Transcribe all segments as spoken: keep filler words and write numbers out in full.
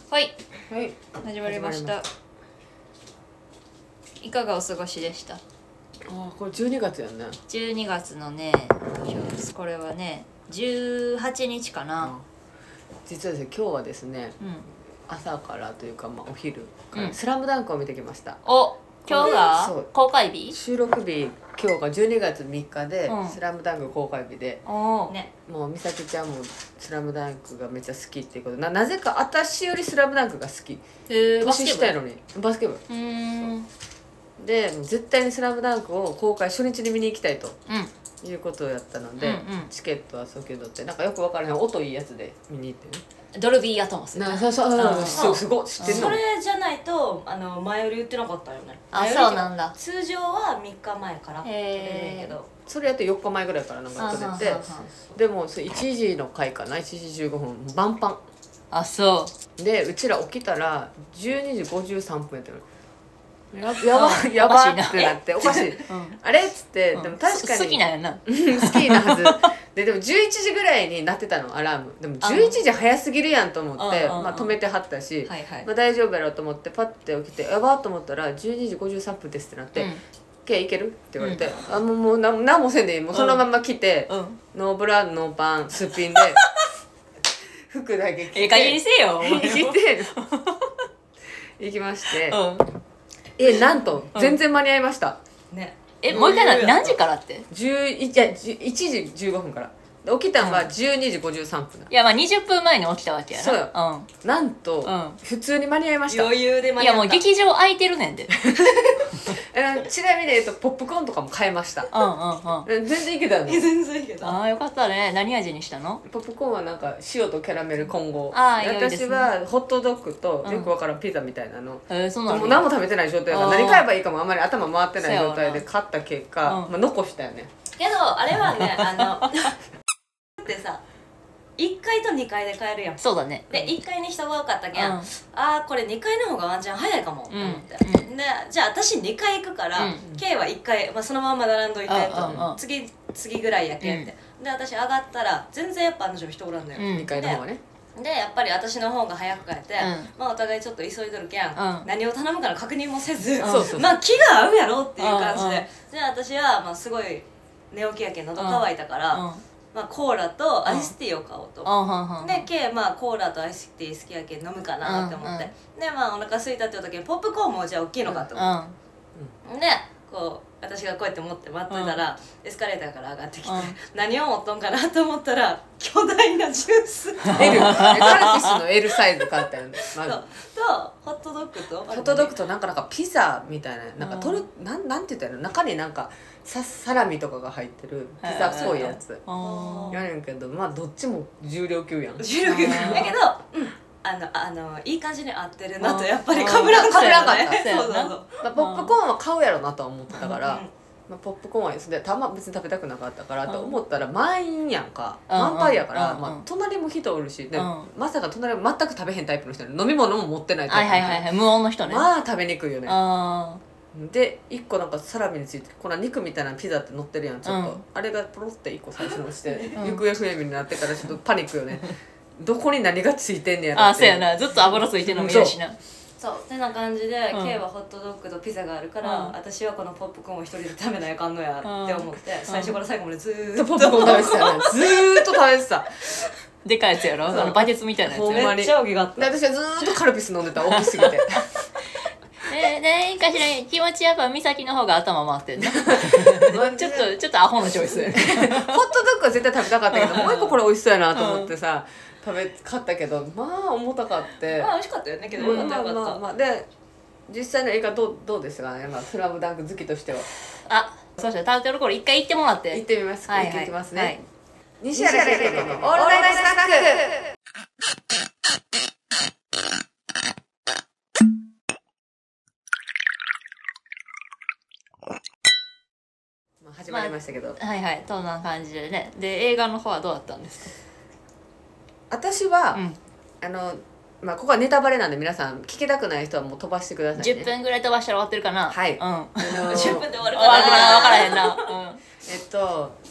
はい、 はい、 始まりました。いかがお過ごしでした？ああ、これじゅうにがつやんね。 じゅうにがつのね、今日これはねじゅうはちにちかな、うん、 実はですね、今日はですね、うん、朝からというか、まあ、お昼から、うん、スラムダンクを見てきました。 お、今日が公開日？ 収録日今日がじゅうにがつみっかで、うん、スラムダンク公開日で、ね、もう美咲ちゃんもスラムダンクがめっちゃ好きっていうこと な, なぜか私よりスラムダンクが好き。 へー、 年下やのにバスケ部。うーんで絶対にスラムダンクを公開初日に見に行きたいと、うん、いうことをやったので、うんうん、チケットは即興取って、なんかよく分からへん音いいやつで見に行ってね。 ドルビーアトモス。 なそうそうそう、すごい知ってんの。 それじゃないとあの前より言ってなかったよね。 あ、そうなんだ。 通常はみっかまえから取れるけど、 それやってよっかまえぐらいからなんか取れて、でもそれいちじの回かな、いちじじゅうごふんバンパン。 あ、そうでうちら起きたらじゅうにじごじゅうさんぷんやってる。ややばやばってなっておかしい、うん、あれっつって、うん、でも確かに好きなんやな好きなはずで、でもじゅういちじぐらいになってたのアラーム。でもじゅういちじ早すぎるやんと思って、まあ、止めてはったし、はいはい、まあ、大丈夫やろうと思ってパッて起きてやばっと思ったらじゅうにじごじゅうさんぷんですってなって「うん、ケイいける?」って言われて「うん、あもうもう何何もせんでいい、もうそのまま来て、うん、ノーブラノーパンすっぴんで服だけ着てええ加減にせよ着て行きまして、うん、えなんと、うん、全然間に合いましたね。え、もう一回な何時からってじゅういち、いちじじゅうごふんから起きたのはじゅうにじごじゅうさんぷん、 いやまあにじゅっぷんまえに起きたわけやな。 そうよ、うん、なんと、うん、普通に間に合いました。 余裕で間に合った。 いやもう劇場空いてるねんでちなみに、えっと、ポップコーンとかも買えました。うんうんうん、全然いけたの。 全然いけた。 ああよかったね。何味にしたの？ ポップコーンはなんか塩とキャラメル混合。ああ、私はホットドッグとよくわからんピザみたいなの、うん、えー、そうなの？もう何も食べてない状態だから何買えばいいかもあんまり頭回ってない状態で買った結果、うん、まあ、残したよね。 けどあれはねあのってさいっかいとにかいで買えるやん。 そうだね。 でいっかいに人が多かったけん、うん、ああこれにかいの方がワンチャン早いかもと思って、うん、でじゃあ私にかい行くから、うん、K はいっかい、まあ、そのまま並んどいてと、うん、次次ぐらいやけんって、うん、で私上がったら全然やっぱあの人人おらんのよ、うん、 にかいの方がね。 でやっぱり私の方が早く帰って、うん、まあお互いちょっと急いどるけん、うん、何を頼むかの確認もせず、うん、まあ気が合うやろっていう感じで、うん、で私はまあすごい寝起きやけん喉乾いたから、うん、まあ、コーラとアイスティーを買おうと、うん、でケイまあコーラとアイスティー好きやけん飲むかなって思って、うん、でまあお腹空いたっていう時にポップコーンもじゃあ大きいのかと思って、うん、でこう私がこうやって持って待ってたら、うん、エスカレーターから上がってきて、うん、何を持っとんかなと思ったら巨大なジュース L カルピスの L サイズ買ったよね、ま、 とホットドッグとホットドッグとなんかなんかピザみたいな、なんかトル、うん、なんなんて言ったら中になんかササラミとかが入ってるピザっぽいやつやねんけど、まあどっちも重量級やん。 重量級だけど、うんあのあのいい感じに合ってるなとやっぱりかぶらんかったよね。そうそうそう、まあ、ポップコーンは買うやろなとは思ってたから、うん、まあ、ポップコーンはでたま別に食べたくなかったからと思ったら満員やんか、うん、満杯やから、うん、まあ、隣も人おるし、で、うん、まさか隣も全く食べへんタイプの人に飲み物も持ってないタイプの人、 はいはいはい、無音の人ね。 まあ食べにくいよね。あでいっこなんかサラミについてこの肉みたいなピザって乗ってるやんちょっと、うん、あれがポロっていっこ最初のして、うん、行方不明になってからちょっとパニックよねどこに何がついてんねやろって。 あ、そうやな、ずっと油ついてんのも嫌しな。 そうってな感じで、うん、K はホットドッグとピザがあるから、うん、私はこのポップコーンを一人で食べないかんのやって思って、うん、最初から最後までずーっとポップコーン食べてたよねずーっと食べてたでかいやつやろ、あのバケツみたいなやつやろ。 めっちゃ大きかった。 で私はずーっとカルピス飲んでた大きすぎてえー、何かしら気持ちやっぱ美咲の方が頭回ってんなちょっとちょっとアホなチョイスホットドッグは絶対食べたかったけどもう一個これ美味しそうやなと思ってさ、うん、食べ買ったけどまあ重たかってまあ美味しかったよねけどよかったよかった、まあまあ、 で実際の映画どうどうですかね、まあ、スラムダンク好きとしては。 あ、そうしたらタルトルコール一回行ってもらって行ってみます、はいはい、行きますね、はい、西原聖子のオールナイトスナック。 始まりましたけど、 まあ、はいはいそんな感じでね。で映画の方はどうだったんですか？ 私は、うん、あのまあここはネタバレなんで皆さん聞きたくない人はもう飛ばしてくださいね。 じゅっぷんぐらい飛ばしたら終わってるかな。 はい、うん、あのー、 じゅっぷんで終わるかな。分からへんな、うん、 えっと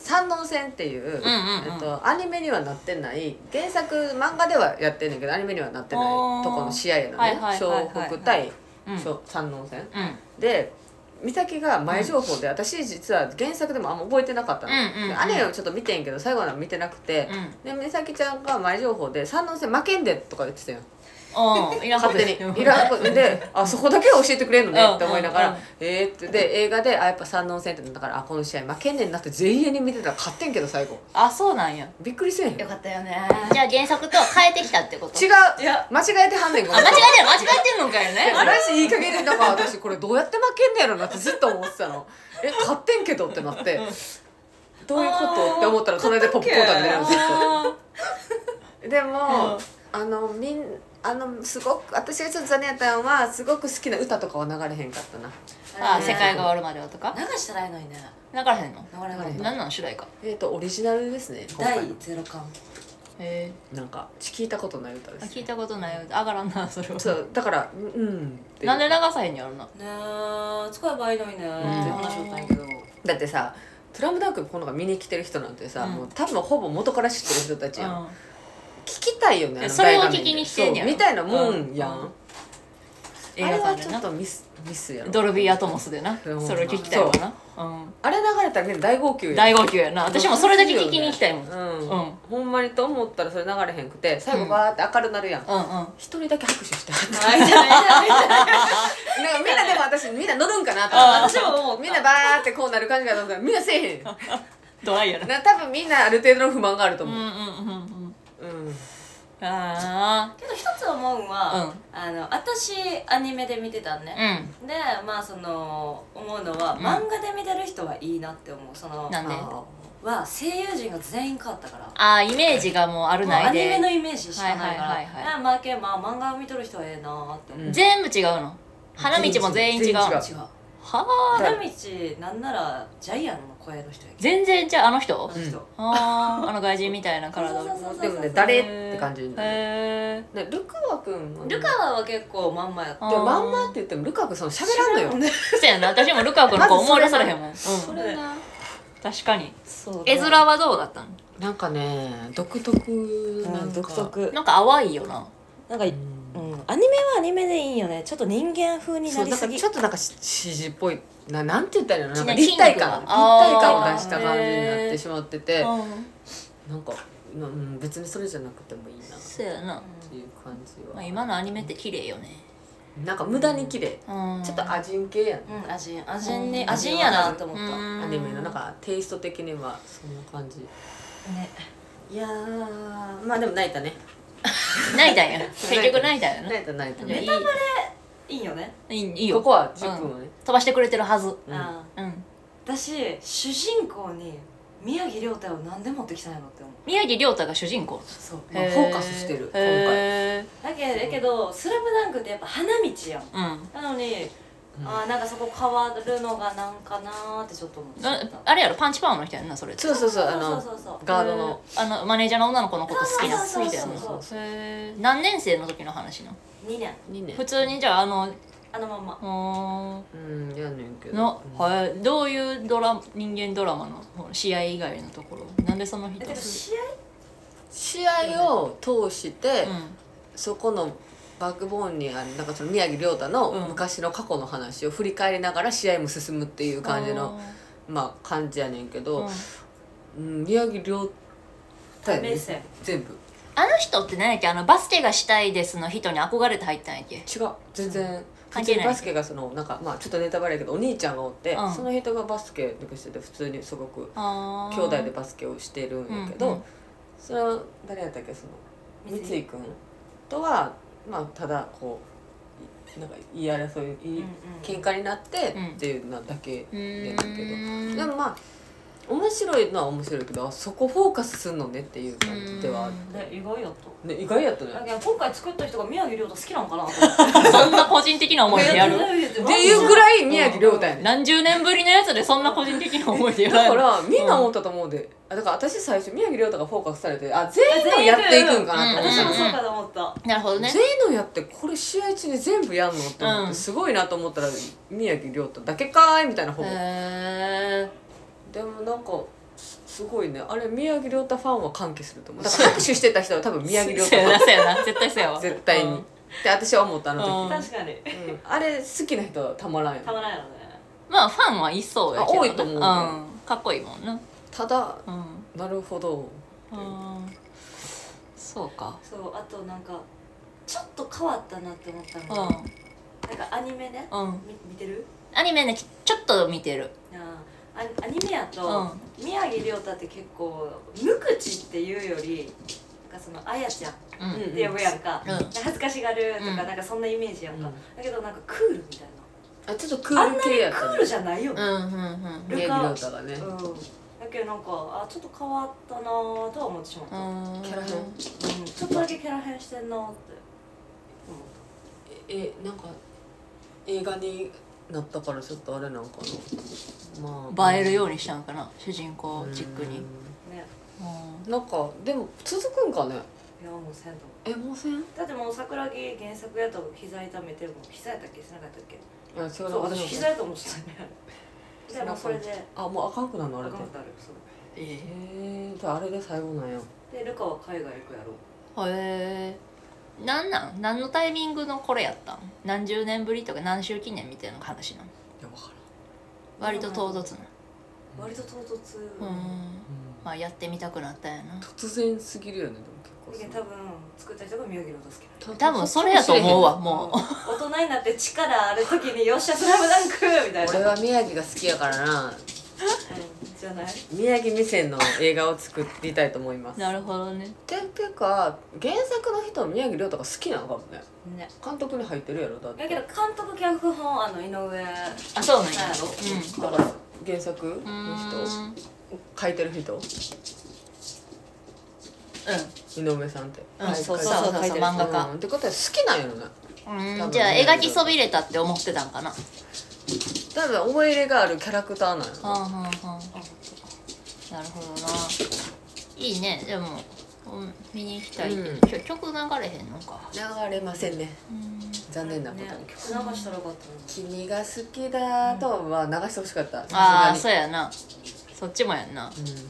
三能線っていう、えっと、アニメにはなってない原作漫画ではやってんねんけどアニメにはなってないとこの試合やのね湘北対三能線、うん、で美咲が前情報で、うん、私実は原作でもあんま覚えてなかったの、うんうんうん、アニメをちょっと見てんけど最後のは見てなくて、うん、で美咲ちゃんが前情報で三能線負けんでとか言ってたよ勝手にいらんことであそこだけは教えてくれんのねって思いながら、うんうん、えーってで映画であやっぱ三能線ってだからあこの試合負けんねんなって全員に見てたら勝ってんけど最後あそうなんやびっくりせんよかったよねじゃあ原作と変えてきたってこと違ういや間違えてはんねんあ間違えてる間違えてんのかよね私いい加減でなんか私これどうやって負けんねやろなってずっと思ってたのえ勝ってんけどってなってどういうことって思ったら隣でポップコーン食べてるのずっとでも、うん、あのみんあのすごく私がちょっと残念やったのはすごく好きな歌とかは流れへんかったなああ世界が終わるまではとか流したらいいのにね流れへんの流れへんの何なの主題歌えっとオリジナルですねだいゼロかんへえんか聞いたことない歌です、 ね、聞いたことない歌上がらんなそれはそうだからうんなんで流さへんやろなねえ使えばいいのにねって話だったんやけどだってさスラムダンクこのが見に来てる人なんてさ、うん、もう多分ほぼ元から知ってる人たちやん、うん聞きたいよねそれを聞きに来てんねやみたいなもんやん、うんうん、 映画館でなあれはちょっとミスミスやろドルビーアトモスでな、うん、それを聞きたいわな、うん、 あれ流れたらみんな大号泣や大号泣やな私もそれだけ聞きに行きたいもん、 うんうん、ほんまにと思ったらそれ流れへんくて最後バーって明るなるやん一、うんうん、人だけ拍手してはったなんかみんなでも私みんな乗るんかなと私も思うみんなバーってこうなる感じがどんどんみんなせえへんドライやな多分みんなある程度の不満があると思う、うんうんうんうんうんあけど一つ思うのは、うん、あの私アニメで見てたんね、うん、でまあその思うのは、うん、漫画で見てる人はいいなって思うそのなんでは声優陣が全員変わったからああイメージがもうあるないでアニメのイメージしかないから、はいはいはいはい、まあけまあ漫画を見とる人はええなって思う、 うん、全部違うの花道も全員違う違うはあ花道なんならジャイアンの声の人や全然じゃああの人、 うん、 あああの外人みたいな体でもね誰って感じになるへえルカワくんルカワは結構まんまやったでもまんまって言ってもルカワくんその喋らんのよそうやな私もルカワくんの子思い出されへんもん、うん、 それな確かに絵面はどうだったのなんかね独特なんか独特なんか淡いよななんか、うんうん、アニメはアニメでいいよねちょっと人間風になりすぎちょっとなんか シージー っぽいななんて言ったらいいのなんか立体感立体感を出した感じになってしまっててなんか、うん、別にそれじゃなくてもいいなそうやなっていう感じは、 まあ、今のアニメって綺麗よねなんか無駄に綺麗、うん、ちょっとアジン系やね、 うん、アジンアジンにアジンやなと思ったアニメのなんかテイスト的にはそんな感じねいやーまあでも泣いたね泣いたんや結局泣いたんやな泣いた泣いたネタバレいいよねいいいいよここはじゅっぷんはね、 うん、飛ばしてくれてるはず、 うんうん、私主人公に宮城亮太を何で持ってきたんやろって思う宮城亮太が主人公そう、まあ、フォーカスしてる今回だけだけど「スラムダンクってやっぱ花道やん、うん、なのにうん、あなんかそこ変わるのがなんかなーってちょっと思ってたあれやろパンチパワーの人やんなそれそうそうそうあのガードのあのマネージャーの女の子のこと好きな好きだよね何年生の時の話のにねんにねん普通にじゃああのあのままうんやんねんけどの、うん、はい、どういうドラ人間ドラマの試合以外のところなんでその人だけど試合試合を通して、うん、そこのバックボーンにあるなんかその宮城亮太の昔の過去の話を振り返りながら試合も進むっていう感じの、うん、まあ感じやねんけど、うん、宮城亮太やね全部あの人って何やっけあのバスケがしたいですの人に憧れて入ったんやっけ違う全然、うん、普通にバスケがそのなんかまあちょっとネタバレやけどお兄ちゃんがおって、うん、その人がバスケしてて普通にすごく兄弟でバスケをしてるんやけど、うんうん、それは誰やったっけその三井君とはまあただこうなんか言い争い、うんうん、喧嘩になってっていうのだけやねんけど、うん、でもまあ面白いのは面白いけどそこフォーカスすんのねっていう感じではある、 ね、意外やったね意外やったねだけど今回作った人が宮城亮太好きなんかなそんな個人的な思いでやるっていうぐらい宮城亮太やね何十年ぶりのやつでそんな個人的な思いでやるだからみんな思ったと思うで、うんだから私最初宮城亮太がフォーカスされてあ全員のやっていくんかなって私もそうかと思ったなるほどね全員のやってこれ試合中に全部やんのって思って、うん、すごいなと思ったら宮城亮太だけかーいみたいな方へーでもなんかすごいね。あれ宮城亮太ファンは歓喜すると思う。だから拍手してた人は多分宮城亮太そうファンやなそうやな絶対そうやわ絶対に、 うんって私は思ったあの確かに時、うん、あれ好きな人はたまらんよね。 たまらないのね。 まあファンはいそうやけどな。 あ多いと思うねん、かっこいいもんな。 ただうんなるほど。 あそうか。 そうあとなんかちょっと変わったなって思ったのが、 うんなんかアニメね、 うんみ見てる？ アニメねちょっと見てる。 あアニメやと、宮城亮太って結構無口っていうよりなんかそのあやちゃんうんって呼ぶやんか、 うん恥ずかしがるとか、 うん、 なんかそんなイメージやんか、 うんだけどなんかクールみたいな、 あちょっとクール系やったクールじゃないよね、 うんうんうん宮城亮太がね、 うん、だけどなんかあちょっと変わったなぁとは思ってしまった、うん、 キャラ変ちょっとだけキャラ変してんなーってえなんか映画になったからちょっとあれなんかな、まあ映えるようにしたんかな主人公チックに。 ね、 うんなんかでも続くんかね。 いやもうせんとえもうせん。 だってもう桜木原作やと膝痛めても膝やったっけしなかったっけ？ いや違うそう私私膝やと思ってたねでもそれであもうあかんくなるのあれで。 あかんくなるそうえへえじゃああれで最後なんや。 でルカは海外行くやろ。 へえなんなん何のタイミングのこれやったん？何十年ぶりとか何周記念みたいな話なの？ いやわか割と唐突な。 割と唐突、 うんらん、うんまあやってみたくなったんやな。 突然すぎるよねでも結構多分作った人が宮城亮太好きな多分それやと思うわもう。 大人になって力ある時によっしゃスラムダンクみたいな俺は宮城が好きやからな。 うんじゃない宮城目線の映画を作りたいと思いますなるほどね。 てっていうか原作の人は宮城亮太が好きなのかもね。 ね監督に入ってるやろだって。 だけど監督脚本あの井上あそうなんや。 なんやろうんだから原作のう人ーん書いてる人井上さんって、 うんはいそうそうそうそう書いてる漫画家うんってことは好きなんやろね。 うんじゃあ描きそびれたって思ってたんかな。 多分思い入れがあるキャラクターなんやろ、 はんはんはんなるほどな。いいねでも、うん、見に行きたいけど、 うん今日曲流れへんのか。 流れませんねうん残念なことに、 ね曲流したらよかったのに君が好きだとは流してほしかった、さすああがにそうやなそっちもやんな。 うん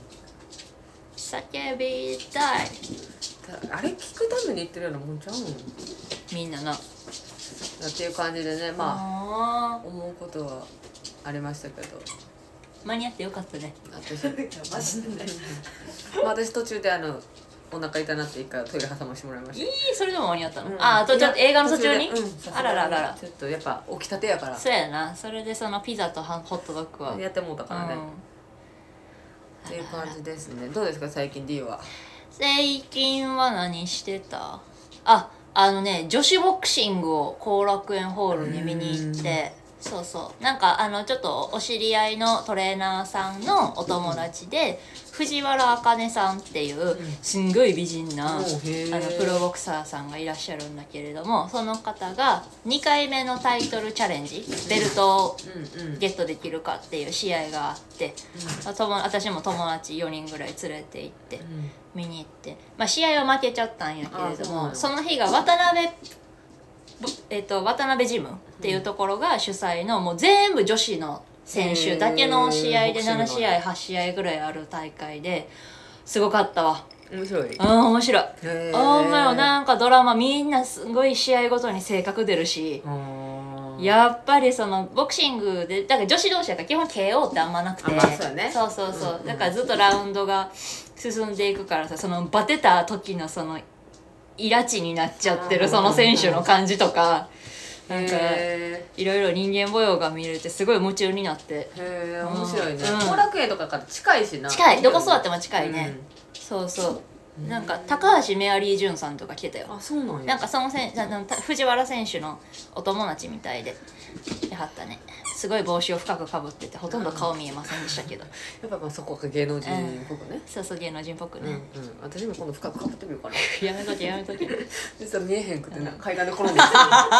叫びたいあれ聞くために言ってるようなもんちゃうのみんなな。 っていう感じでねまああ思うことはありましたけど間に合ってよかったね。 私マジでねまあ私途中であのお腹痛なって一回トイレ挟ましてもらいましいいた。 それでも間に合ったの、 うんああとちょっと映画の途中に、 うんさすがにあららららちょっとやっぱ起きたてやからそうやなそれでそのピザとホットドッグは、 やってもうたからね、 うんっていう感じですね。どうですか最近 D は。 最近は何してた？ああのね女子ボクシングを後楽園ホールに見に行って、そうそうなんかあのちょっとお知り合いのトレーナーさんのお友達で、藤原茜さんっていうすんごい美人な、あのプロボクサーさんがいらっしゃるんだけれども、その方がにかいめのタイトルチャレンジベルトをうんうんゲットできるかっていう試合があって、あとも私も友達よにんぐらい連れて行って見に行って、まあ、試合は負けちゃったんやけれども、その日が渡辺えっと、渡辺ジムっていうところが主催のもう全部女子の選手だけの試合でななしあいはちしあいぐらいある大会ですごかったわ。 面白い。 うん面白い。 へーほんまよなんかドラマみんなすごい試合ごとに性格出るし、やっぱりそのボクシングでだから女子同士だから基本 ケーオー ってあんまなくて、 あまあそうやねそうそうそう、 うんうんだからずっとラウンドが進んでいくからさ、そのバテた時のそのイラチになっちゃってるその選手の感じとか、なんかへいろいろ人間模様が見れてすごい夢中になって。 ーへー面白いね。 うん後楽園とかから近いしな。 近いどこ座っても近いね、 うそうそうなんか高橋メアリージュンさんとか来てたよ。 んあそうなんや。 なんかそのせんあのた藤原選手のお友達みたいでやはったね。すごい帽子を深くかぶっててほとんど顔見えませんでしたけど、 やっぱまあそこが芸能人っぽくね。 そうそう芸能人っぽくうんうんね、 私も今度深くかぶってみようかな。 やめとけやめとけ実は見えへんくてな階段で転んできて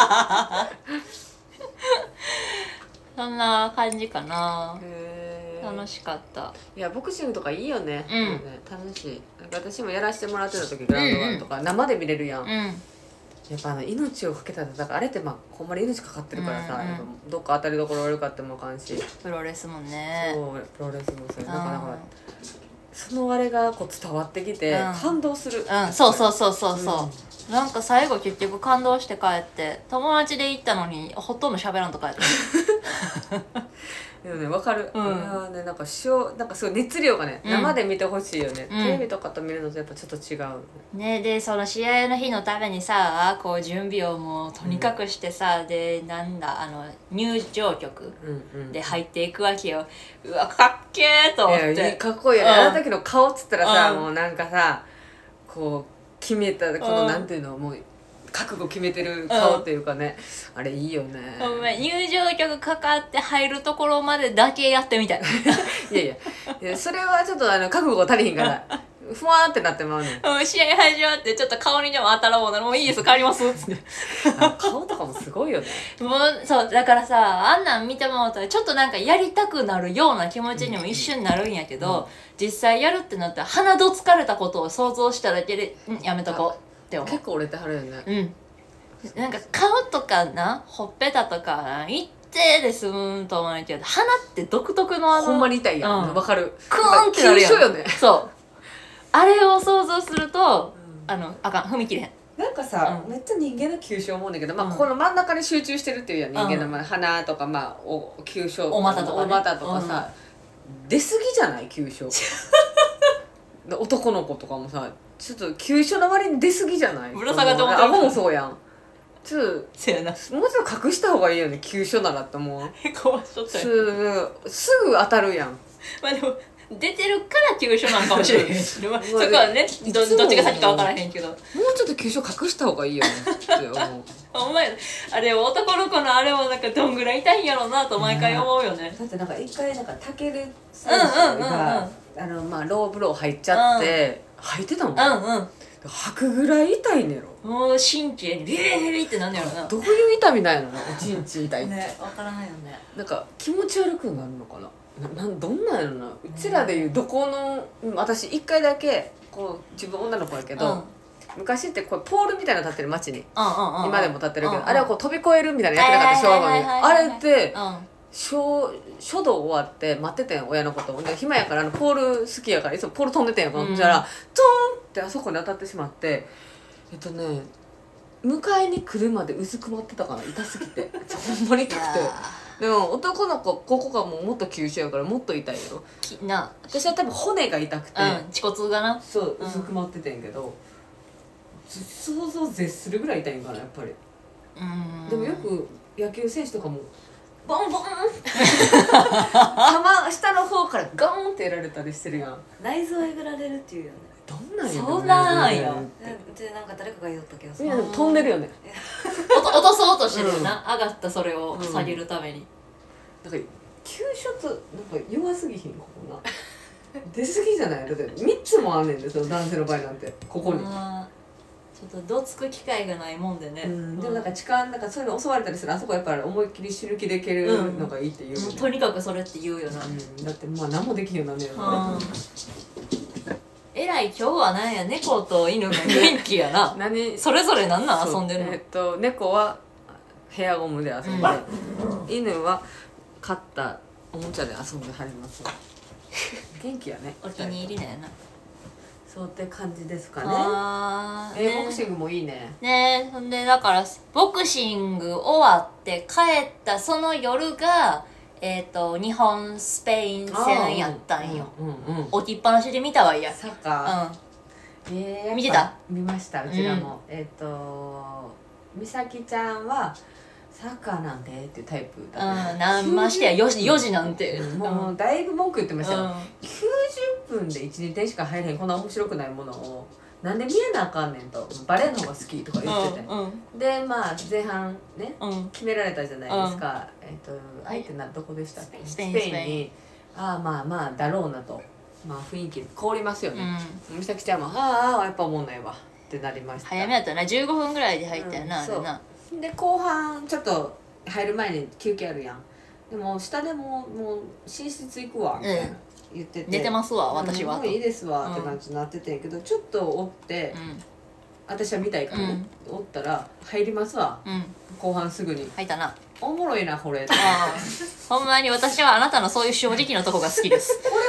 そんな感じかな。 る。へー楽しかった。 いやボクシングとかいいよね。 うんもね楽しい。なんか私もやらせてもらってた時グラウンドワンとか生で見れるやん。 うんやっぱあの命をかけただからあれってまあほんまに命かかってるからさ、 うんうんやっぱどっか当たりどころ悪かってもあかんし、 プロレスもね。 そうプロレスもそういうなんかだからそのあれがこう伝わってきて、うん、感動する、 うん、そうそうそうそうそう、うん、なんか最後結局感動して帰って友達で行ったのにほとんど喋らんと帰ったでもね分かる、うん、あれはねなんかしょなんかすごい熱量がね、うん、生で見てほしいよね、うん、テレビとかと見るのとやっぱちょっと違うね。でその試合の日のためにさこう準備をもうとにかくしてさ、うん、でなんだあの入場曲で入っていくわけよ、うんうん、うわかっけーと思って。 いやかっこいいよね、うん、あの時の顔っつったらさ、うん、もうなんかさこう決めたこの、うん、なんていうのもう覚悟決めてる顔っていうかね、うん、あれいいよね。 お前入場曲かかって入るところまでだけやってみたいいやいやいやそれはちょっとあの覚悟が足りひんからふわーってなってまうねん試合始まってちょっと顔にでも当たらもうならもういいです帰りますっつって顔とかもすごいよね。 もうそうだからさあんなん見てもらったらちょっとなんかやりたくなるような気持ちにも一瞬なるんやけど、うん、実際やるってなったら鼻どつかれたことを想像しただけでんやめとこうって思う。 結構折れてはるよね。 うんなんか顔とかなほっぺたとかな一定で済むと思うんやけど鼻って独特のあのほんまに痛いやん、うん、分かるクーンってなるやん。 急所よね。 そうあれを想像すると、うん、あのあかん踏み切れへん。 なんかさ、うん、めっちゃ人間の急所思うんだけど、まあ、ここの真ん中に集中してるっていうやん、人間の、まあ、鼻とか、まあ、お急所お股とか、ね、 お股とかさ、うん、出過ぎじゃない急所男の子とかもさちょっと急所の割に出過ぎじゃない。 ぶら下がって思ってる。 顎もそうやん。ちょっとせやなもうちょっと隠した方がいいよね急所ならって思う。 へこましとったよすすぐ当たるやん。 まあでも出てるから急所なんかもしれへんそこはね ど, どっちが先か分からへんけどもうちょっと急所隠した方がいいよねって思うお前あれ男の子のあれもなんかどんぐらい痛いんやろうなと毎回思うよね。 だってなんか一回なんかタケル選手があのまあローブロー入っちゃって、うん、入ってたもん、 うんうん吐くぐらい痛いねろ。 もう神経にビリビリってなんねやろな。 どういう痛みなんやろなおちんち痛いってね分からないよね。 なんか気持ち悪くなるのかな。ななんどんなんやろな。うちらでいうどこの私一回だけこう自分女の子やけど、うん、昔ってこうポールみたいなの立ってる街に、うんうんうん、今でも立ってるけど、うんうん、あれをこう飛び越えるみたいなやってなかった小学校に。あれって、うん書, 書道終わって待っててん親のことで暇やからあのポール好きやからいつもポール飛んでてんやから、うん、じゃあトーンってあそこに当たってしまってえっとね迎えに来るまでうずくまってたかな痛すぎてほんまに痛くてでも男の子ここがもうもっと急所やからもっと痛いやろきな私は多分骨が痛くて、うん、 恥骨がなそううずくまっててんけど、うん、想像絶するぐらい痛いんかなやっぱり。うんでもよく野球選手とかもボンボン玉下の方からガーンってやられたりしてるやん。 内臓えぐられるっていうよね。 どんなんやそんなんやでなんか誰かが言ったけどさいやでも飛んでるよね落とそうとしてるよな、うん、上がったそれを下げるために、 うん、なんか急所となんか弱すぎひんここな出過ぎじゃない。だってみっつもあんねんでその男性の場合なんてここにちょっとどつく機会がないもんでね、 うん、でもなんか痴漢なんかそういうの襲われたりするあそこやっぱり思いっきり死ぬ気でいけるのがいいっていう、ね、 うん、とにかくそれって言うよな、 うん、だってまあ何もできんようなんねんよな、 えらい今日はなんや猫と犬が元気やな何それぞれなんなん遊んでるの。 えっと猫はヘアゴムで遊んで、うん、犬は買ったおもちゃで遊んではります元気やねお気に入りだよな。 そうって感じですかね。あー、えー、ボクシングもいいね。 ねえ、そんでだからボクシング終わって帰ったその夜がえっ、ー、と日本スペイン戦やったんよ。うんうんうん、置きっぱなしで見たわいや。 サッカー。うん。えー、 見てた？ 見ましたうちらも。うん、えっ、ー、と美咲ちゃんは。サッカーなんでっていうタイプだった、ね、 うん、なんましてやよじよじなんて、 うん、もうだいぶ文句言ってましたよ、うん、きゅうじゅっぷんでいちにてんしか入れへんこんな面白くないものをなんで見えなあかんねんとバレーの方が好きとか言ってて、うんうん、でまあ前半ね、うん、決められたじゃないですか、うん、えっ、ー、と相手などこでしたっけスペインにああまあまあだろうなとまあ雰囲気凍りますよね、うん、美咲ちゃんもああやっぱ思んないわってなりました。 早めだったなじゅうごふんぐらいで入ったよな、うん、あれなで後半ちょっと入る前に休憩あるやんでも下でももう寝室行くわみたいな、うん、言ってて寝てますわ私はもういいですわって感じになっててんけど、うん、ちょっとおって、うん、私は見たいからね、うん、おったら入りますわ、うん、後半すぐに入ったなおもろいなこれほんまに私はあなたのそういう正直なとこが好きですこれはおも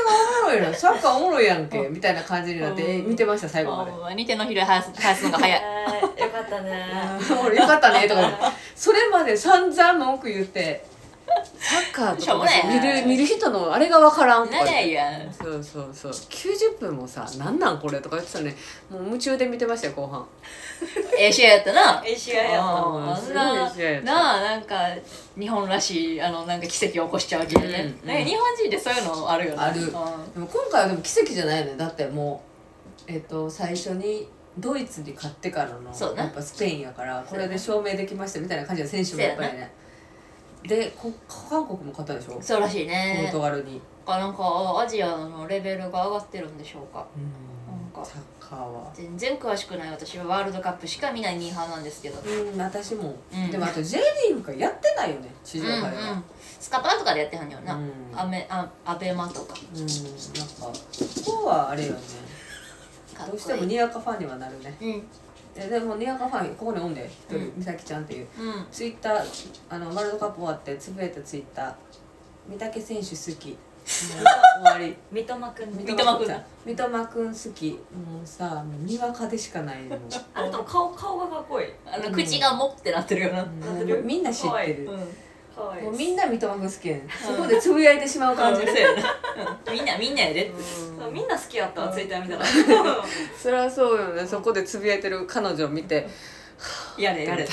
ろいなサッカーおもろいやんけみたいな感じになって見てました最後まで。 にてんのひら生やす生やすのが早い。 えー、よかったね俺よかったねとかそれまで散々文句言ってサッカーとか見る見る人のあれが分からんとか長いやん。 そうそうそうきゅうじゅっぷんもさなんなんこれとか言ってたね。もう夢中で見てましたよ後半。 ええ試合やったな。 ええ試合やったあんななあなんか日本らしいあのなんか奇跡を起こしちゃうわけでね、うんうん、なんか日本人ってそういうのあるよね。 ある、うん、でも今回はでも奇跡じゃないよね。だってもう、えっと、最初にドイツに勝ってからのやっぱスペインやからこれで証明できましたみたいな感じの選手もやっぱりね。でこ韓国も勝ったでしょ。 そうらしいね。 ポルトガルになんかアジアのレベルが上がってるんでしょうか。 うんなんかサッカーは全然詳しくない私はワールドカップしか見ないミーハーなんですけど。 うん私も、うん、でもあと J リーグがやってないよね地上波では、うんうん、 スカパーとかでやってはんよな、うん、アメあアベマとかうんなんかそこはあれよねどうしてもにわかファンにはなるね。うんで, でもにわかファンここにおんで一人、うん、美咲ちゃんっていう、うん、ツイッターあのワールドカップ終わってつぶやいたツイッター三宅選手好き終わり三笘くん三笘くん三笘くん好きもうさにわかでしかないのあれと顔顔がかっこいいあの、うん、口がもってなってるよな、 うん、みんな知ってる、うんいいもうみんな三笘くん好きやねんそこでつぶやいてしまう感じで、 うん、みんなみんなやで、 うん、みんな好きやったわツイッター見たらそりゃそうよね。そこでつぶやいてる彼女を見てやれやれ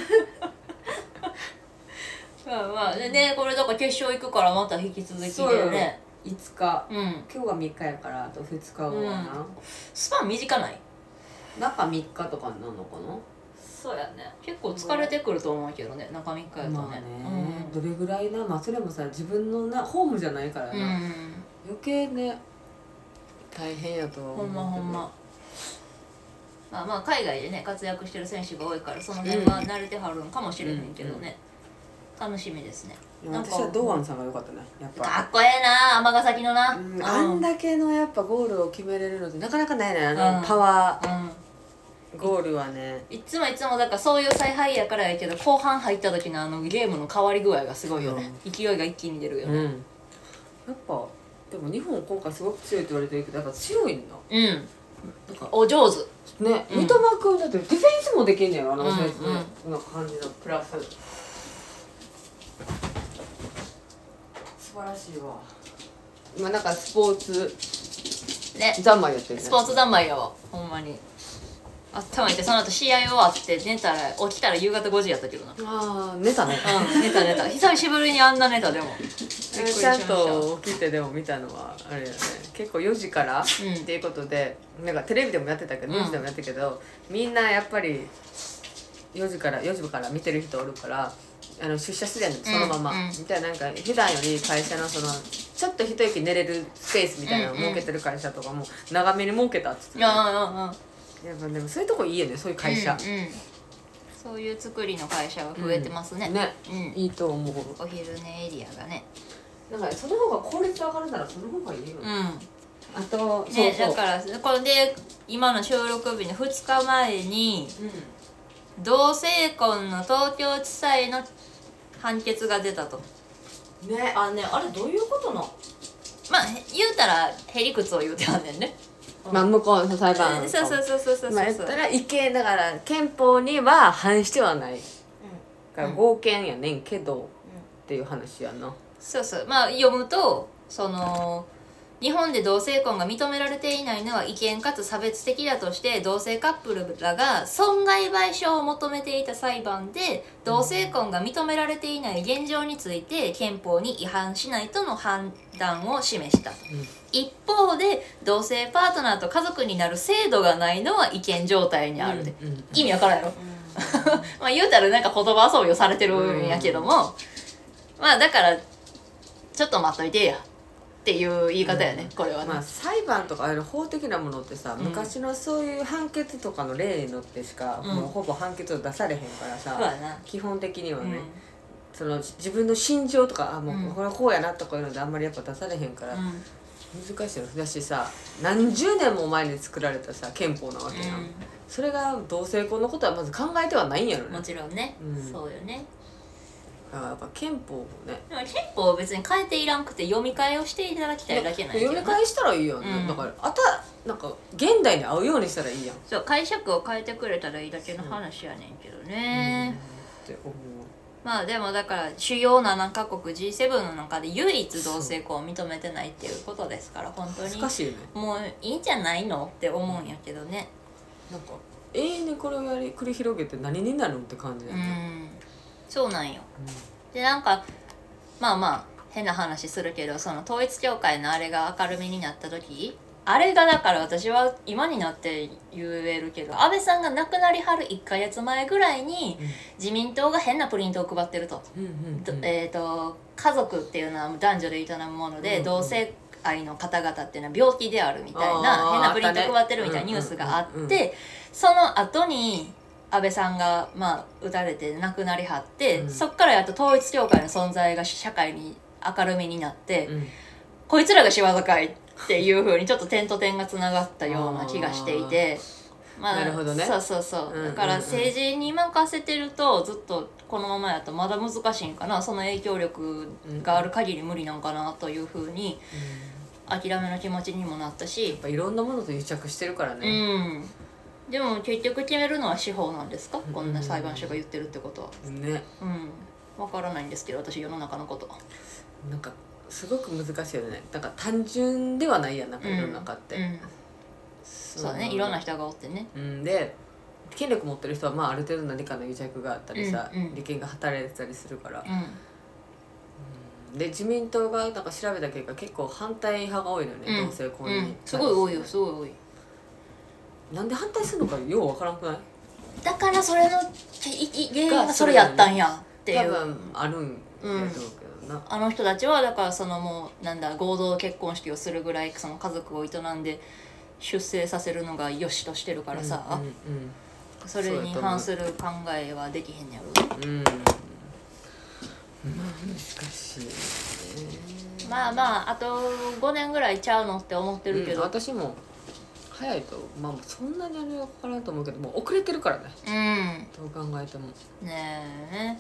まあまあでねこれだから決勝行くからまた引き続きでねいつか、うん、今日がみっかやからあとふつか後かな、うん、 スパン短ない中みっかとかになるのかな。 そうやね結構疲れてくると思うけどね中みっかやとね、まあね、 うん、どれぐらいなまあそれもさ自分のなホームじゃないからな、うん、余計ね大変やとは思うけどほんまほんままあまあ海外でね活躍してる選手が多いからその辺は慣れてはるんかもしれへんけどね、うんうん、楽しみですね。 私は堂安さんが良かったねやっぱかっこええな尼崎のな、 うん、あんだけのやっぱゴールを決めれるのってなかなかないねあの、うん、パワー、うんゴールはねいつもいつもだからそういう采配やからやけど後半入った時のあのゲームの変わり具合がすごいよね、うん、勢いが一気に出るよね、うん、 やっぱでも日本今回すごく強いって言われてるけどやっぱ強いんだうんなんかお上手ね、うん、三笘君だってディフェンスもできんねやろあの選手ね、うんうん、なんか感じのプラス素晴らしいわ今なんかスポーツね三昧やってるねスポーツ三昧やわほんまに頭痛い。その後試合終わって寝たら起きたら夕方ごじやったけどな。 ああ寝たねうん寝た寝た久しぶりにあんな寝たでもちゃんと起きてでも見たのはあれやね結構よじからっていうことで、うん、なんかテレビでもやってたけどニュースでもやってたけど、うん、みんなやっぱりよじからよじから見てる人おるからあの出社するやんそのまま、うんうん、みたいななんか普段より会社のそのちょっと一息寝れるスペースみたいなのを設けてる会社とかも長めに設けたっつって、ね、うんうんうんやっぱでもそういうとこいいよねそういう会社、うんうん、 そういう作りの会社が増えてますね、 うん、ね、うん、いいと思う。 お昼寝エリアがねなんかその方が効率上がるならその方がいいよね、うん、あとねそうそうだからこれで今の収録日のふつかまえに、うん、同性婚の東京地裁の判決が出たとねあねあれどういうことなまあ言うたらへりくつを言うてはんねんねまあ向こうの裁判とそうそうそうそうそうまあ言ったら違憲だから憲法には反してはない、うん、だから合憲やねんけど、うん、っていう話やなそうそうまあ読むとその日本で同性婚が認められていないのは違憲かつ差別的だとして同性カップルらが損害賠償を求めていた裁判で同性婚が認められていない現状について憲法に違反しないとの判断を示した、うん、一方で同性パートナーと家族になる制度がないのは違憲状態にあるで、うんうん、意味わからんやろ、うん、まあ言うたらなんか言葉遊びをされてるんやけども、うん、まあだからちょっと待っといてやっていう言い方やね、うん、これはね、 まあ、裁判とかああいう法的なものってさ、うん、昔のそういう判決とかの例にのってしか、うん、もうほぼ判決を出されへんからさ、基本的にはね、うん、その自分の心情とかあもうこれこうやなとかいうのであんまりやっぱ出されへんから、うん、難しいよだしさ何十年も前に作られたさ憲法なわけやん、うん、それが同性婚のことはまず考えてはないんやろねもちろんね、うん、そうよねだからやっぱ憲法もねでも憲法を別に変えていらんくて読み替えをしていただきたいだけなんやけどな。 読み替えしたらいいよね、うん、だからあたなんか現代に合うようにしたらいいやん。 そう解釈を変えてくれたらいいだけの話やねんけどね、 うん、って思う。 まあでもだから主要ななカ国 ジーセブン の中で唯一同性婚を認めてないっていうことですから本当に難しいね。 もういいんじゃないのって思うんやけどね。 なんか永遠にこれをやり繰り広げて何になるのって感じだよね。 うんそうなんよ、うん、でなんかまあまあ変な話するけどその統一教会のあれが明るみになった時あれがだから私は今になって言えるけど安倍さんが亡くなりはるいっかげつまえぐらいに自民党が変なプリントを配ってると、うんうんうん、えーと家族っていうのは男女で営むもので、うんうん、同性愛の方々っていうのは病気であるみたいな変なプリント配ってるみたいなニュースがあってその後に安倍さんがまあ撃たれて亡くなりはって、うん、そっからやっと統一教会の存在が社会に明るみになって、うん、こいつらが仕業かいっていう風にちょっと点と点がつながったような気がしていてまあ、 なるほどね。 そうそうそう、だから政治に任せてるとずっとこのままやとまだ難しいんかなその影響力がある限り無理なんかなという風に諦めの気持ちにもなったしやっぱいろんなものと癒着してるからね、 うんでも結局決めるのは司法なんですか、うん、こんな裁判所が言ってるってことはねうん分からないんですけど私世の中のことなんかすごく難しいよね。だから単純ではないやんなんか世の中って、うんうん、 そうねいろんな人がおってね、 うん、で権力持ってる人はまあある程度何かの癒着があったりさ、うんうん、利権が働いてたりするから、うんうん、で自民党がなんか調べた結果結構反対派が多いのよね、うん、同性婚に、うん、 すごい多いよすごい多い。 なんで反対するのかようわからんくない？ だからそれの原因がそれやったんやっていう多分あるんやと思うけどな、 うん、あの人たちはだからそのもうなんだ合同結婚式をするぐらいその家族を営んで出生させるのが良しとしてるからさ、うんうんうん、それに反する考えはできへんやろ、うん、まあ難しいね。 まあまああとごねんぐらいちゃうのって思ってるけど、 うん、私も早いとまあそんなにあれは分からんと思うけどもう遅れてるからね、うん、どう考えてもねえ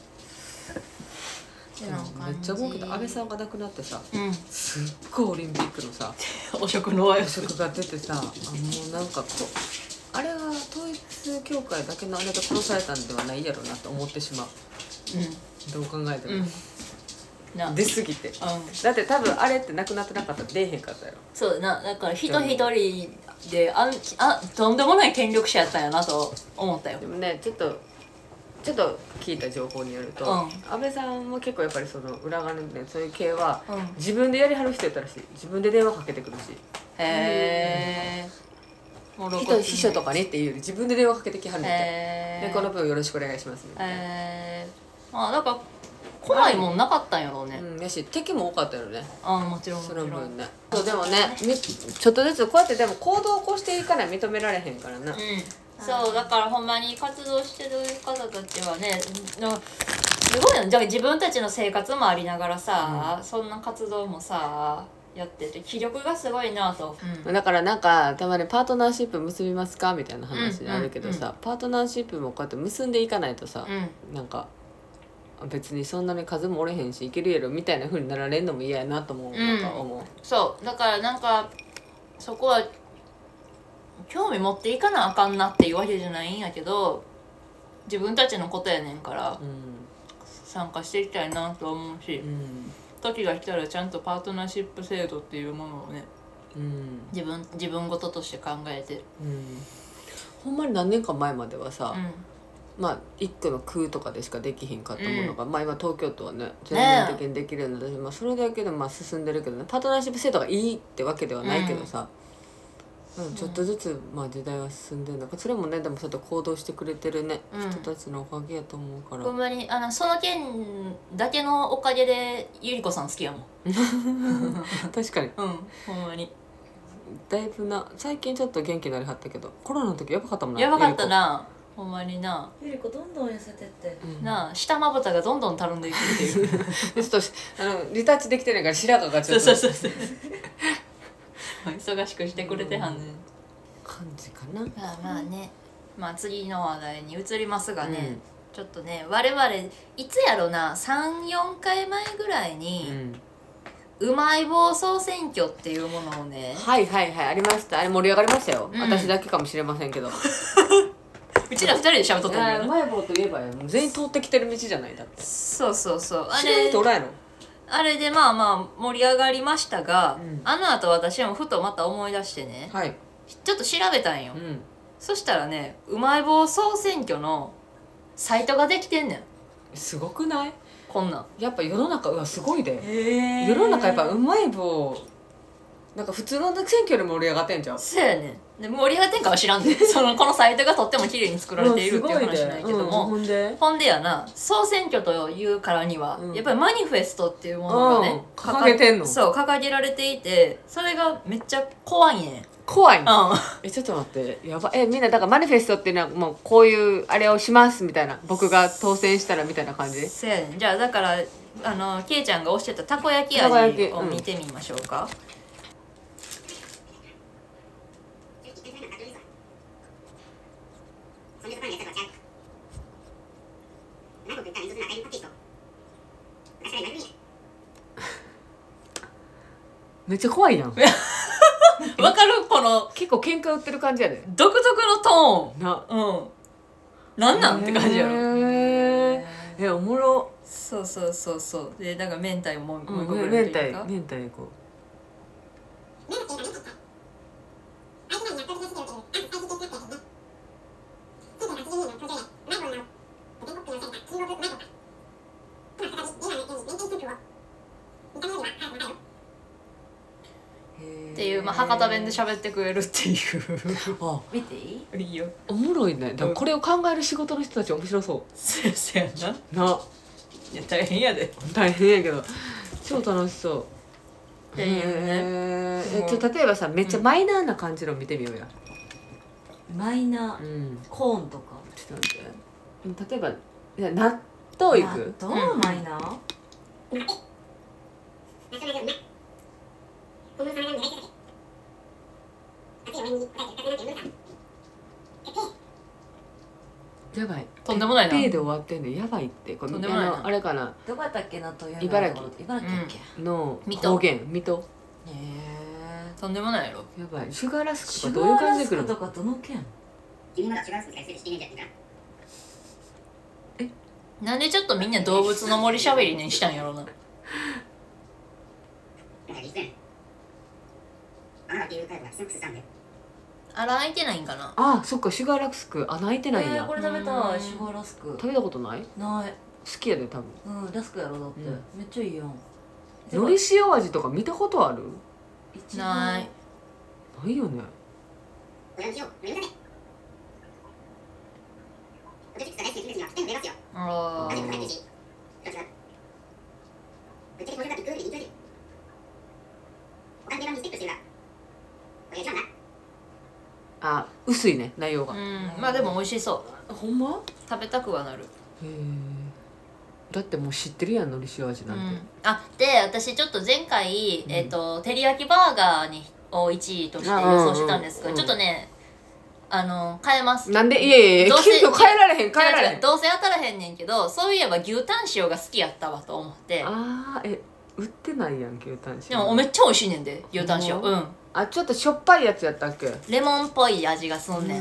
めっちゃ思うけど安倍さんが亡くなってさ、うん、すっごいオリンピックのさ汚職の汚職が出てさあもうなんかこあれは統一教会だけのあれで殺されたんではないやろなと思ってしまう、うん、どう考えても、うん出すぎて、うん、だって多分あれってなくなってなかったら出えへんかったよ。 そうだなだから人一人でああとんでもない権力者やったんやなと思ったよ。 でもねちょっとちょっと聞いた情報によると、うん、安倍さんも結構やっぱりその裏側のねそういう系は、うん、自分でやりはる人やったらしい。自分で電話かけてくるしへえ人秘書とかねっていうより自分で電話かけてきはるんででこの分よろしくお願いしますみたいな。へーまあだから来ないもんなかったんやろうね。 うん、やし敵も多かったよね。 あもちろんその分ね。そうでもねちょっとずつこうやってでも行動を起こしていかない認められへんからな。うん。 そうだからほんまに活動してる方たちはねすごいよね。だから自分たちの生活もありながらさ、うん、そんな活動もさやってて気力がすごいなと、 うん、だからなんかたまにパートナーシップ結びますかみたいな話あるけどさ、うんうんうん、パートナーシップもこうやって結んでいかないとさ、うん、なんか別にそんなに数もおれへんしいけるやろみたいな風になられんのも嫌やなと思う、うん、と思う。 そうだからなんかそこは興味持っていかなあかんなっていうわけじゃないんやけど自分たちのことやねんから、うん、参加していきたいなと思うし、うん、時が来たらちゃんとパートナーシップ制度っていうものをね、うん、自分自分事として考えて、うん、 ほんまに何年か前まではさ、うんまあ一区の区とかでしかできひんかったものが、うん、まあ今東京都はね全面的にできるようになって、まあ、それだけでまあ進んでるけどねパートナーシップ制度がいいってわけではないけどさ、うんうん、ちょっとずつまあ時代は進んでるんだからそれもねでもそうやって行動してくれてるね、うん、人たちのおかげやと思うからほんまにあのその件だけのおかげでゆり子さん好きやもん確かにうんほんまにだいぶな最近ちょっと元気になりはったけどコロナの時やばかったもんなやばかったなほんまになゆり子どんどん痩せてって、 うん、なあ下まぶたがどんどんたるんでいくっていうちょっとあのリタッチできてないから白髪がちょっとそうそうそう忙しくしてくれてはんねん、うん、 感じかな。 まあまあねまあ次の話題に移りますがね、 ちょっとね我々いつやろな さん,よん 回前ぐらいに、うん、うまい棒総選挙っていうものをねはいはいはいありました。あれ盛り上がりましたよ、うん、私だけかもしれませんけどうちらふたりでしゃべっとったんだよな。 うまい棒といえばよ全員通ってきてる道じゃないだって。 そうそうそうあれ知らん人おらんやろ。 あれでまあまあ盛り上がりましたが、うん、あの後私もふとまた思い出してね、はい、ちょっと調べたんよ、うん、そしたらねうまい棒総選挙のサイトができてんねん。 すごくない？ こんなんやっぱ世の中うわすごいで、えー、世の中やっぱうまい棒なんか普通の選挙で盛り上がってんじゃん。 そうやねん。で盛り上がってんかは知らんでそのこのサイトがとっても綺麗に作られているっていう話なんやけども、うん、ほんでほんでやな総選挙というからには、うん、やっぱりマニフェストっていうものがね、うん、 掲げてんの。 そう掲げられていてそれがめっちゃ怖いねん。 怖いの、 うん、 えちょっと待ってやばえみんなだからマニフェストっていうのはもうこういうあれをしますみたいな僕が当選したらみたいな感じ。 そうやねん。じゃあだからあのケイちゃんがおっしゃったたこ焼き味を見てみましょうか。 めっちゃ怖いやんわかるこの結構喧嘩売ってる感じやで独特のトーンな、 うんなんなんって感じやろ。 えー、えおもろ。 そうそうそうそうでだから明太ももう一個ぐらいというか、明太明太こっていう、まあ、博多弁で喋ってくれるっていうあ見ていい？ いいよ。 おもろいね。でもこれを考える仕事の人たち面白そう。 そうやな。な。 いや大変やで。 大変やけど超楽しそう。 っていうね。 えちょ例えばさめっちゃマイナーな感じの見てみようや。 うん、マイナー、うん、コーンとか。 ちょっと待って。例えばいや納豆いく？ 納豆、うん、マイナー？ やばい。 とんでもないな。 ペイで終わってんでやばいってこのあれかな。 どこやったっけなという茨城茨城やっけの方言水戸。 へえ。 とんでもないやろ。 やばい。シュガーラスクとかどういう感じでくるの？ シュガーラスクとかどの県？ 君まだシュガーラスク再生していないんじゃないか。 え？なんでちょっとみんな動物の森しゃべりにしたんやろうな。穴開いてないんかな。 ああそっかシュガーラスク穴開いてないんや、 えー、これ食べたい。シュガーラスク食べたことない？ ない。 好きやで多分。うんラスクやろだって、うん、めっちゃいいやん。 のり塩味とか見たことある？ ないないよね。 あああ薄いね内容が。 うんまあでも美味しそう。 ほんま？ 食べたくはなる。へえだってもう知ってるやんのり塩味なんて、うん、 あで私ちょっと前回、うん、えーと照り焼きバーガーにをいちいとして予想してたんですが、うんうん、ちょっとねあの変えます。 なんでいやいやいや急遽変えられへん変えられへん。 どうせ当たらへんねんけどそういえば牛タン塩が好きやったわと思って。 あーえ売ってないやん牛タン塩。 でもめっちゃ美味しいねんで牛タン塩。うん。 あちょっとしょっぱいやつやったっけ？ レモンっぽい味がすんねん。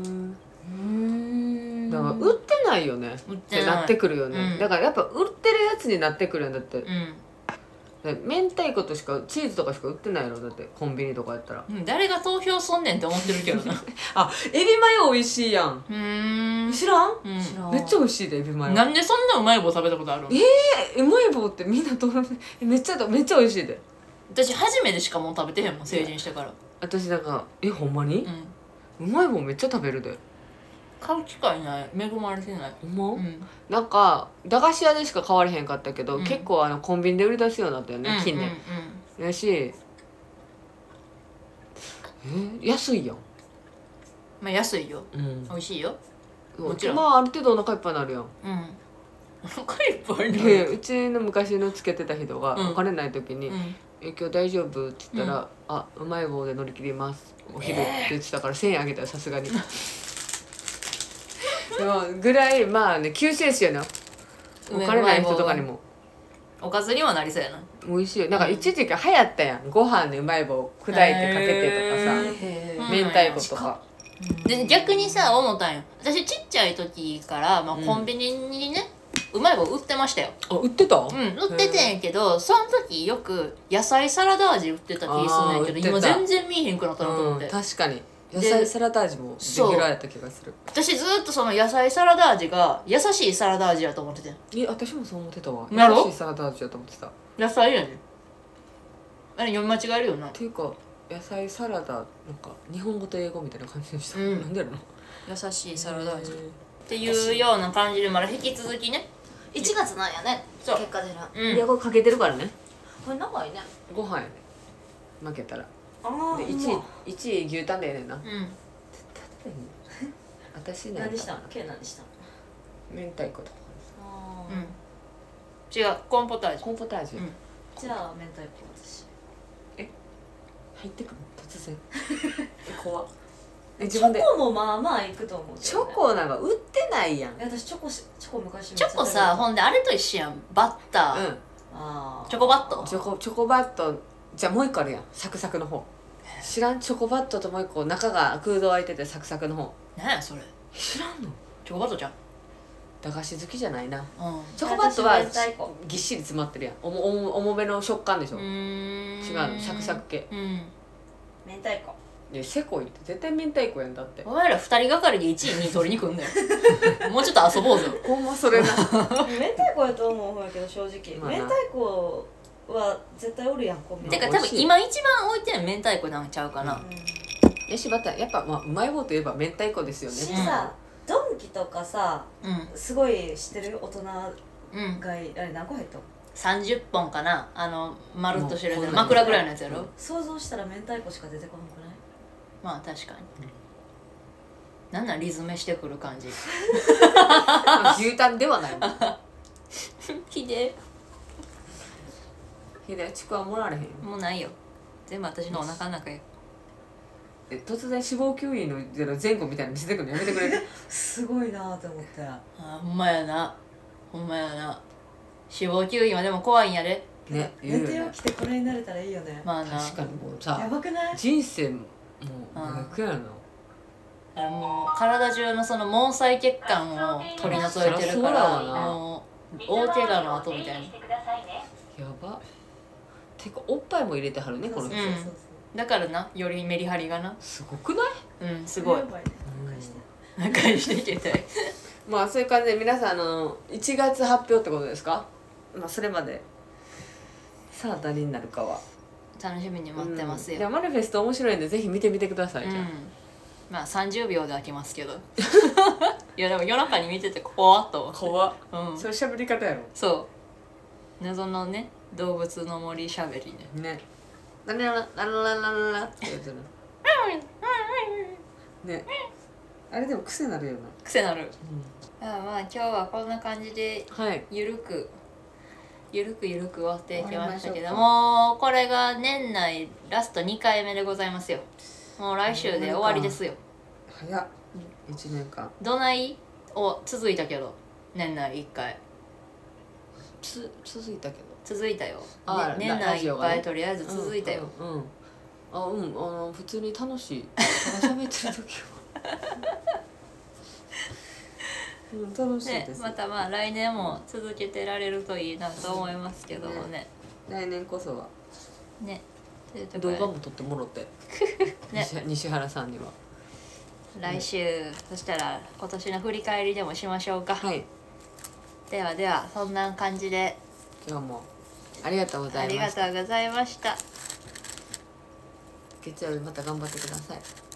うんだから売ってないよねってなってくるよね、うん、だからやっぱ売ってるやつになってくるんだって、うん、明太子としかチーズとかしか売ってないのだってコンビニとかやったら、 うん、誰が投票すんねんって思ってるけどなあエビマヨ美味しいやん。 うん知らん、 うん、知らん。 めっちゃ美味しいでエビマヨ。 なんでそんなうまい棒食べたことあるの？ えー、うまい棒ってみんなどうめっちゃめっちゃ美味しいで。 私初めてしかもう食べてへんもん成人してから。 私だからえほんまに、うん、うまい棒めっちゃ食べるで。 買う機会ない恵まれてない。 ほんま、うん、なんか駄菓子屋でしか買われへんかったけど、うん、結構あのコンビニで売り出すようになったよね、うん、近年、うんうん、やしえ安いやん。 まあ安いよ、うん、美味しいよもちろん。 まあある程度お腹いっぱいになるやん。 うんお腹いっぱいになる。うちの昔のつけてた人が、うん、お金ない時に、うんえ今日大丈夫って言ったら、うん、あうまい棒で乗り切りますお昼って言ってたから、えー、せんえんあげたらさすがにうんぐらいまあね救世主やな。お金ない人とかにもおかずにはなりそうやな。 美味しいよ。なんか一時期流行ったやん、ご飯にうまい棒砕いてかけてとかさ、明太子とか。 で逆にさ思ったんよ、私ちっちゃい時から、まあ、コンビニにね、うまい棒売ってましたよ。 あ、売ってた？ うん、売っててんけど、その時よく野菜サラダ味売ってた気すんねんけど、今全然見えへんくなったなと思って、 うん、確かに野菜サラダ味もレギュラーやった気がする。 私ずっとその野菜サラダ味が優しいサラダ味やと思ってて。 え、私もそう思ってたわ。 なる優しいサラダ味やと思ってた。 野菜やねん。あれ読み間違えるよな。 っていうか野菜サラダなんか日本語と英語みたいな感じでした、うん、なんでやろな。 優しいサラダ味っていうような感じでまだ引き続きねいちがつなんやね。そう結果出な、 うん、いやこれかけてるからね。 これ長いね。 ご飯やね負けたら。 あでいちいいちい牛タンでええねんな。うん私ね何したん？K何したん？ 明太子とか。 ああ、うん、違うコーンポタージュ。 コーンポタージュ、うん、 じゃあ明太子私。 え入ってくる突然え怖っ。 えチョコもまあまあいくと思う、ね、 チョコなんか売ってないやん。 私チョコチョコ昔チョコさ、ほんであれと一緒やん、バッター、うん、あチョコバットチョコチョコバットじゃあもう一個あるやん、サクサクの方。知らん？チョコバットともう一個中が空洞開いててサクサクの方。 何やそれ。 知らんの？ チョコバットじゃん。 駄菓子好きじゃないな、うん、 チョコバットはぎっしり詰まってるやん。おもおも重めの食感でしょ。う違うサクサク系。うん、 明太子。 いやせこいって絶対明太子やんだって。 お前ら二人がかりでいちいにい取りに来んだよもうちょっと遊ぼうぜほんまそれな明太子やと思うんやけど正直、まあ、明太子は絶対おるやんコンビニ。 てか多分今一番置いてる明太子なんちゃうかな、うん、 よしまたやっぱ、まあ、うまい棒といえば明太子ですよね。 しさ、うん、ドンキとかさ、うん、すごい知ってる大人が、うん、あれ何個入ったのさんじゅっぽんかな、あのまるっとしてるやつ、枕ぐらいのやつやろ、うん、 想像したら明太子しか出てこなくない？ まあ確かに、うん、なんなんリズメしてくる感じ牛タンではないもんひでひでちくわもらわれへん。 もうないよ、全部私のお腹の中よ。 え突然脂肪吸引の前後みたいなの見せてくるのやめてくれるすごいなと思ったらあほんまやなほんまやな。脂肪吸引はでも怖いんやでね。寝て起きてこれになれたらいいよね。 まあな確かにもうさやばくない？ 人生もう楽やな。 あもう体中のその毛細血管を取り除いてるからもう大怪我の後みたいな。 やばてかおっぱいも入れてはるねこの人、うん、 だからなよりメリハリがなすごくない？ うんすごい返していけたいまあそういう感じで皆さんあのいちがつ発表ってことですか？まあそれまでさあ誰になるかは楽しみに待ってますよ、 うん、いやマニフェスト面白いんでぜひ見てみてください、うん、じゃあまあさんじゅうびょうで飽きますけどいやでも夜中に見てて怖っと怖っ、うん、それ喋り方やろ。 そう謎のね動物の森しゃべりねねララララララララってやつねあれでも癖なるよな。 癖なる、うん、あまあ今日はこんな感じでゆるく、はい、ゆるくゆるく終わっていきましたけどもうこれが年内ラストにかいめでございますよ。もう来週で終わりですよ。 早っいちねんかんどないを続いたけど年内いっかいつ続いたけど続いたよ、ね、年内いっかいとりあえず続いたよ。 うん、うんうん、あうんあの普通に楽しいただ喋ってる時はうん、楽しいです、 ね、またまあ来年も続けてられるといいなと思いますけども ね, ね来年こそはね動画も撮ってもろて、ね、西, 西原さんには来週、ね、そしたら今年の振り返りでもしましょうか。はい、ではではそんな感じで今日もありがとうございました。 ありがとうございました。 月曜日また頑張ってください。